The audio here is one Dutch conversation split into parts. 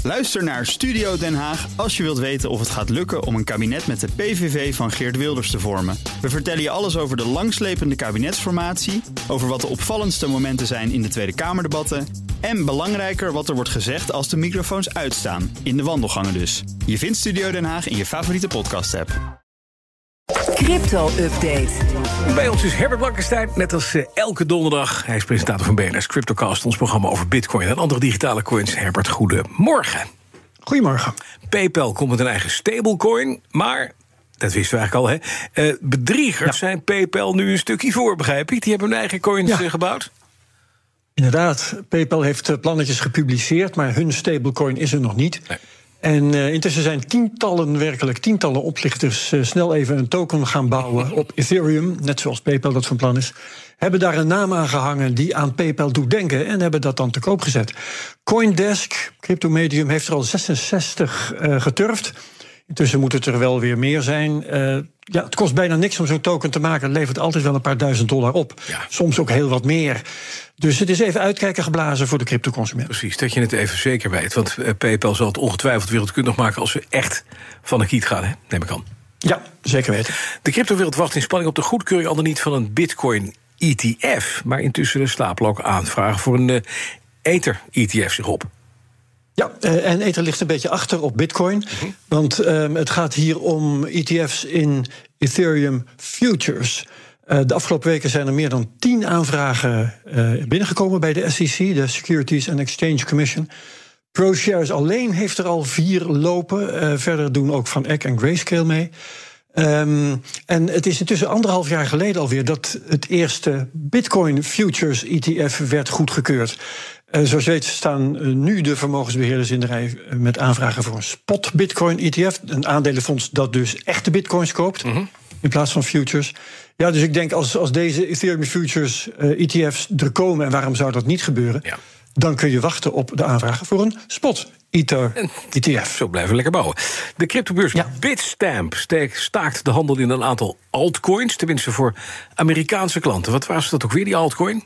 Luister naar Studio Den Haag als je wilt weten of het gaat lukken om een kabinet met de PVV van Geert Wilders te vormen. We vertellen je alles over de langslepende kabinetsformatie, over wat de opvallendste momenten zijn in de Tweede Kamerdebatten en belangrijker wat er wordt gezegd als de microfoons uitstaan, in de wandelgangen dus. Je vindt Studio Den Haag in je favoriete podcast-app. Crypto-update. Bij ons is Herbert Blankenstein, net als elke donderdag. Hij is presentator van BNR's Cryptocast, ons programma over bitcoin en andere digitale coins. Herbert, goedemorgen. Goedemorgen. PayPal komt met een eigen stablecoin, maar dat wisten we eigenlijk al, hè? Bedriegers zijn PayPal nu een stukje voor, begrijp ik. Die hebben hun eigen coins gebouwd. Inderdaad, PayPal heeft plannetjes gepubliceerd, maar hun stablecoin is er nog niet. Nee. En intussen zijn tientallen oplichters snel even een token gaan bouwen op Ethereum, net zoals PayPal dat van plan is. Hebben daar een naam aan gehangen die aan PayPal doet denken en hebben dat dan te koop gezet. CoinDesk, cryptomedium, heeft er al 66 geturfd. Intussen moet het er wel weer meer zijn. Het kost bijna niks om zo'n token te maken. Het levert altijd wel een paar $1000 op. Ja. Soms ook heel wat meer. Dus het is even uitkijken geblazen voor de cryptoconsument. Precies, dat je het even zeker weet. Want PayPal zal het ongetwijfeld wereldkundig maken als ze echt van de kiet gaan, hè? Neem ik aan. Ja, zeker weten. De cryptowereld wacht in spanning op de goedkeuring al dan niet van een Bitcoin-ETF. Maar intussen stapelen ook aanvragen voor een Ether-ETF zich op. Ja, en Ether ligt een beetje achter op Bitcoin. Want het gaat hier om ETF's in Ethereum Futures. De afgelopen weken zijn er meer dan 10 aanvragen binnengekomen bij de SEC, de Securities and Exchange Commission. ProShares alleen heeft er al 4 lopen. Verder doen ook Van Eck en Grayscale mee. En het is intussen 1,5 jaar geleden alweer dat het eerste Bitcoin Futures ETF werd goedgekeurd. Zoals je weet staan nu de vermogensbeheerders in de rij met aanvragen voor een spot Bitcoin ETF. Een aandelenfonds dat dus echte bitcoins koopt in plaats van futures. Ja, dus ik denk als deze Ethereum Futures ETF's er komen, en waarom zou dat niet gebeuren? Ja. Dan kun je wachten op de aanvragen voor een spot Ether ETF. Zo blijven we lekker bouwen. De cryptobeurs Bitstamp staakt de handel in een aantal altcoins, tenminste voor Amerikaanse klanten. Wat was dat ook weer, die altcoin?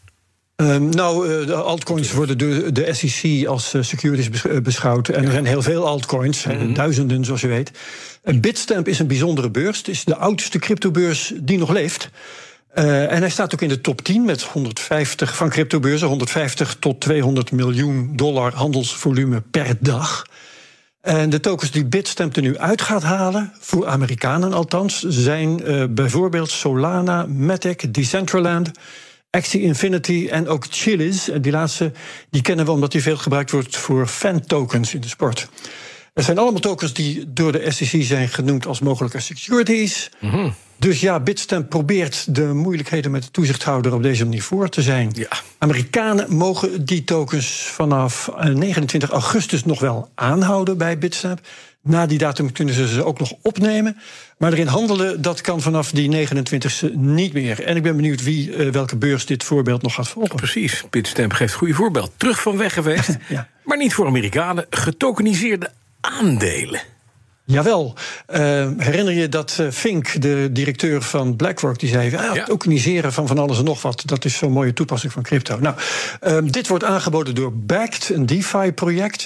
De altcoins worden door de SEC als securities beschouwd. En er zijn heel veel altcoins, duizenden zoals je weet. Bitstamp is een bijzondere beurs. Het is de oudste cryptobeurs die nog leeft. En hij staat ook in de top 10 met 150 van cryptobeurzen. 150 tot $200 miljoen handelsvolume per dag. En de tokens die Bitstamp er nu uit gaat halen, voor Amerikanen althans, zijn bijvoorbeeld Solana, Matic, Decentraland, Axie Infinity en ook Chiliz. Die laatste die kennen we omdat die veel gebruikt wordt voor fan-tokens in de sport. Het zijn allemaal tokens die door de SEC zijn genoemd als mogelijke securities. Dus ja, Bitstamp probeert de moeilijkheden met de toezichthouder op deze manier voor te zijn. Ja. Amerikanen mogen die tokens vanaf 29 augustus nog wel aanhouden bij Bitstamp. Na die datum kunnen ze ook nog opnemen. Maar erin handelen, dat kan vanaf die 29e niet meer. En ik ben benieuwd welke beurs dit voorbeeld nog gaat volgen. Precies, Bitstamp geeft een goede voorbeeld. Terug van weg geweest, maar niet voor Amerikanen. Getokeniseerde aandelen. Jawel. Herinner je dat Fink, de directeur van BlackRock, die zei: tokeniseren van alles en nog wat, dat is zo'n mooie toepassing van crypto. Nou, dit wordt aangeboden door Bakkt, een DeFi-project.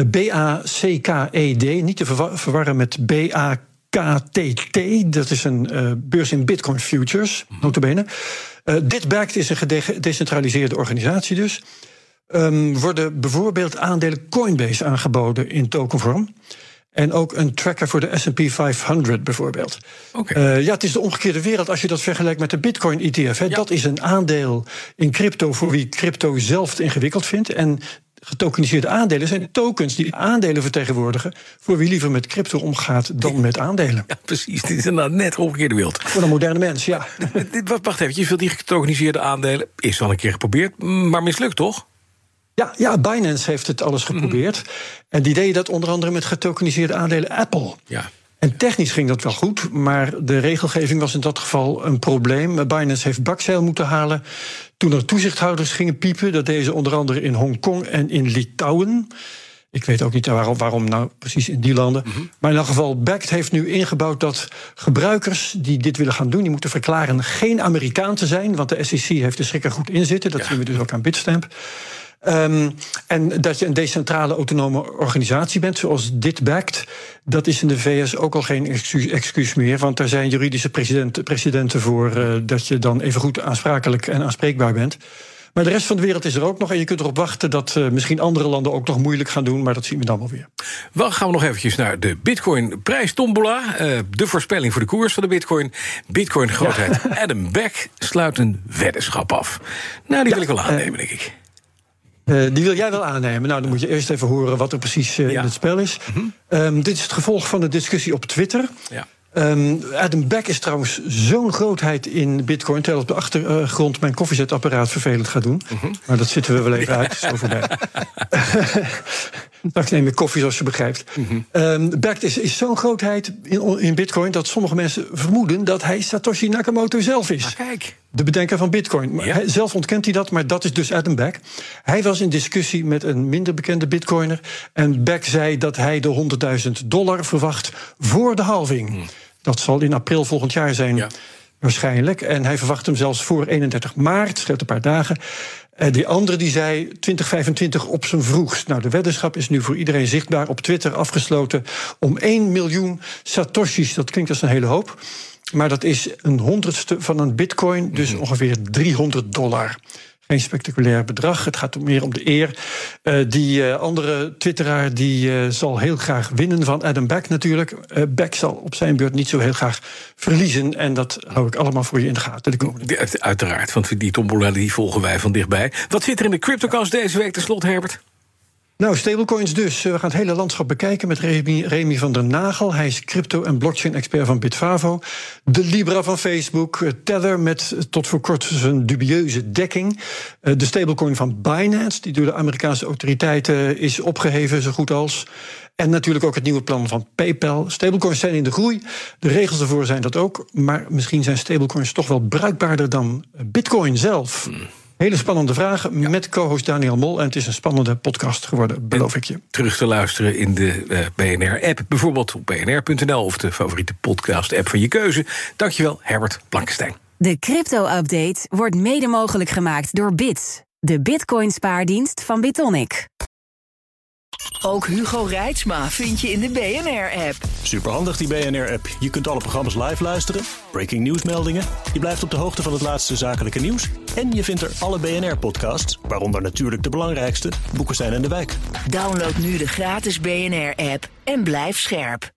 BACKED, niet te verwarren met BAKTT. Dat is een beurs in Bitcoin Futures, nota bene. Dit Bakkt is een gedecentraliseerde organisatie dus. Worden bijvoorbeeld aandelen Coinbase aangeboden in tokenvorm. En ook een tracker voor de S&P 500 bijvoorbeeld. Het is de omgekeerde wereld als je dat vergelijkt met de Bitcoin-ETF. Ja. Dat is een aandeel in crypto voor wie crypto zelf te ingewikkeld vindt. En getokeniseerde aandelen zijn tokens die aandelen vertegenwoordigen voor wie liever met crypto omgaat dan met aandelen. Ja, precies. Dit is inderdaad net de omgekeerde wereld. Voor een moderne mens, ja. Wacht even, je veel die getokeniseerde aandelen is al een keer geprobeerd, maar mislukt toch? Ja, Binance heeft het alles geprobeerd. En die deden dat onder andere met getokeniseerde aandelen Apple. Ja. En technisch ging dat wel goed, maar de regelgeving was in dat geval een probleem. Binance heeft bakzeil moeten halen toen er toezichthouders gingen piepen. Dat deden ze onder andere in Hongkong en in Litouwen. Ik weet ook niet waarom nou precies in die landen. Maar in elk geval, Bakkt heeft nu ingebouwd dat gebruikers die dit willen gaan doen, die moeten verklaren geen Amerikaan te zijn, want de SEC heeft de schrik er goed in zitten. Dat zien we dus ook aan Bitstamp. En dat je een decentrale autonome organisatie bent, zoals dit BACT, dat is in de VS ook al geen excuus meer. Want daar zijn juridische precedenten voor dat je dan even goed aansprakelijk en aanspreekbaar bent. Maar de rest van de wereld is er ook nog. En je kunt erop wachten dat misschien andere landen ook nog moeilijk gaan doen. Maar dat zien we dan wel weer. Dan gaan we nog eventjes naar de Bitcoin-prijstombola. De voorspelling voor de koers van de Bitcoin. Bitcoin-grootheid Adam Back sluit een weddenschap af. Nou, die wil ik wel aannemen, denk ik. Die wil jij wel aannemen. Nou, dan moet je eerst even horen wat er precies in het spel is. Dit is het gevolg van de discussie op Twitter. Ja. Adam Back is trouwens zo'n grootheid in Bitcoin, terwijl op de achtergrond mijn koffiezetapparaat vervelend gaat doen. Maar dat zitten we wel even uit, zo voorbij. Straks neem ik koffie, zoals je begrijpt. Back is zo'n grootheid in Bitcoin dat sommige mensen vermoeden dat hij Satoshi Nakamoto zelf is. Kijk. De bedenker van Bitcoin. Zelf ontkent hij dat, maar dat is dus Adam Back. Hij was in discussie met een minder bekende Bitcoiner. En Back zei dat hij de $100.000 verwacht voor de halving. Dat zal in april volgend jaar zijn, waarschijnlijk. En hij verwacht hem zelfs voor 31 maart, scheelt een paar dagen. Die andere die zei 2025 op zijn vroegst. Nou, de weddenschap is nu voor iedereen zichtbaar op Twitter afgesloten om 1 miljoen satoshis. Dat klinkt als een hele hoop. Maar dat is een 100ste van een bitcoin, dus ongeveer $300. Geen spectaculair bedrag. Het gaat meer om de eer. Die andere twitteraar die zal heel graag winnen van Adam Back natuurlijk. Back zal op zijn beurt niet zo heel graag verliezen. En dat hou ik allemaal voor je in de gaten de komende. Uiteraard, want die tombola die volgen wij van dichtbij. Wat zit er in de CryptoCast deze week tenslotte, Herbert? Nou, stablecoins dus. We gaan het hele landschap bekijken met Remy van der Nagel. Hij is crypto- en blockchain-expert van Bitfavo. De Libra van Facebook. Tether met tot voor kort zijn dubieuze dekking. De stablecoin van Binance, die door de Amerikaanse autoriteiten is opgeheven, zo goed als. En natuurlijk ook het nieuwe plan van PayPal. Stablecoins zijn in de groei. De regels ervoor zijn dat ook. Maar misschien zijn stablecoins toch wel bruikbaarder dan Bitcoin zelf. Hele spannende vragen met co-host Daniel Mol. En het is een spannende podcast geworden, beloof ik je. Terug te luisteren in de BNR-app. Bijvoorbeeld op bnr.nl of de favoriete podcast-app van je keuze. Dankjewel, Herbert Blankenstein. De crypto-update wordt mede mogelijk gemaakt door Bits. De Bitcoin-spaardienst van Bitonic. Ook Hugo Reitsma vind je in de BNR-app. Superhandig die BNR-app. Je kunt alle programma's live luisteren, breaking nieuwsmeldingen. Je blijft op de hoogte van het laatste zakelijke nieuws. En je vindt er alle BNR-podcasts, waaronder natuurlijk de belangrijkste, Boekenstein en de Wijk. Download nu de gratis BNR-app en blijf scherp.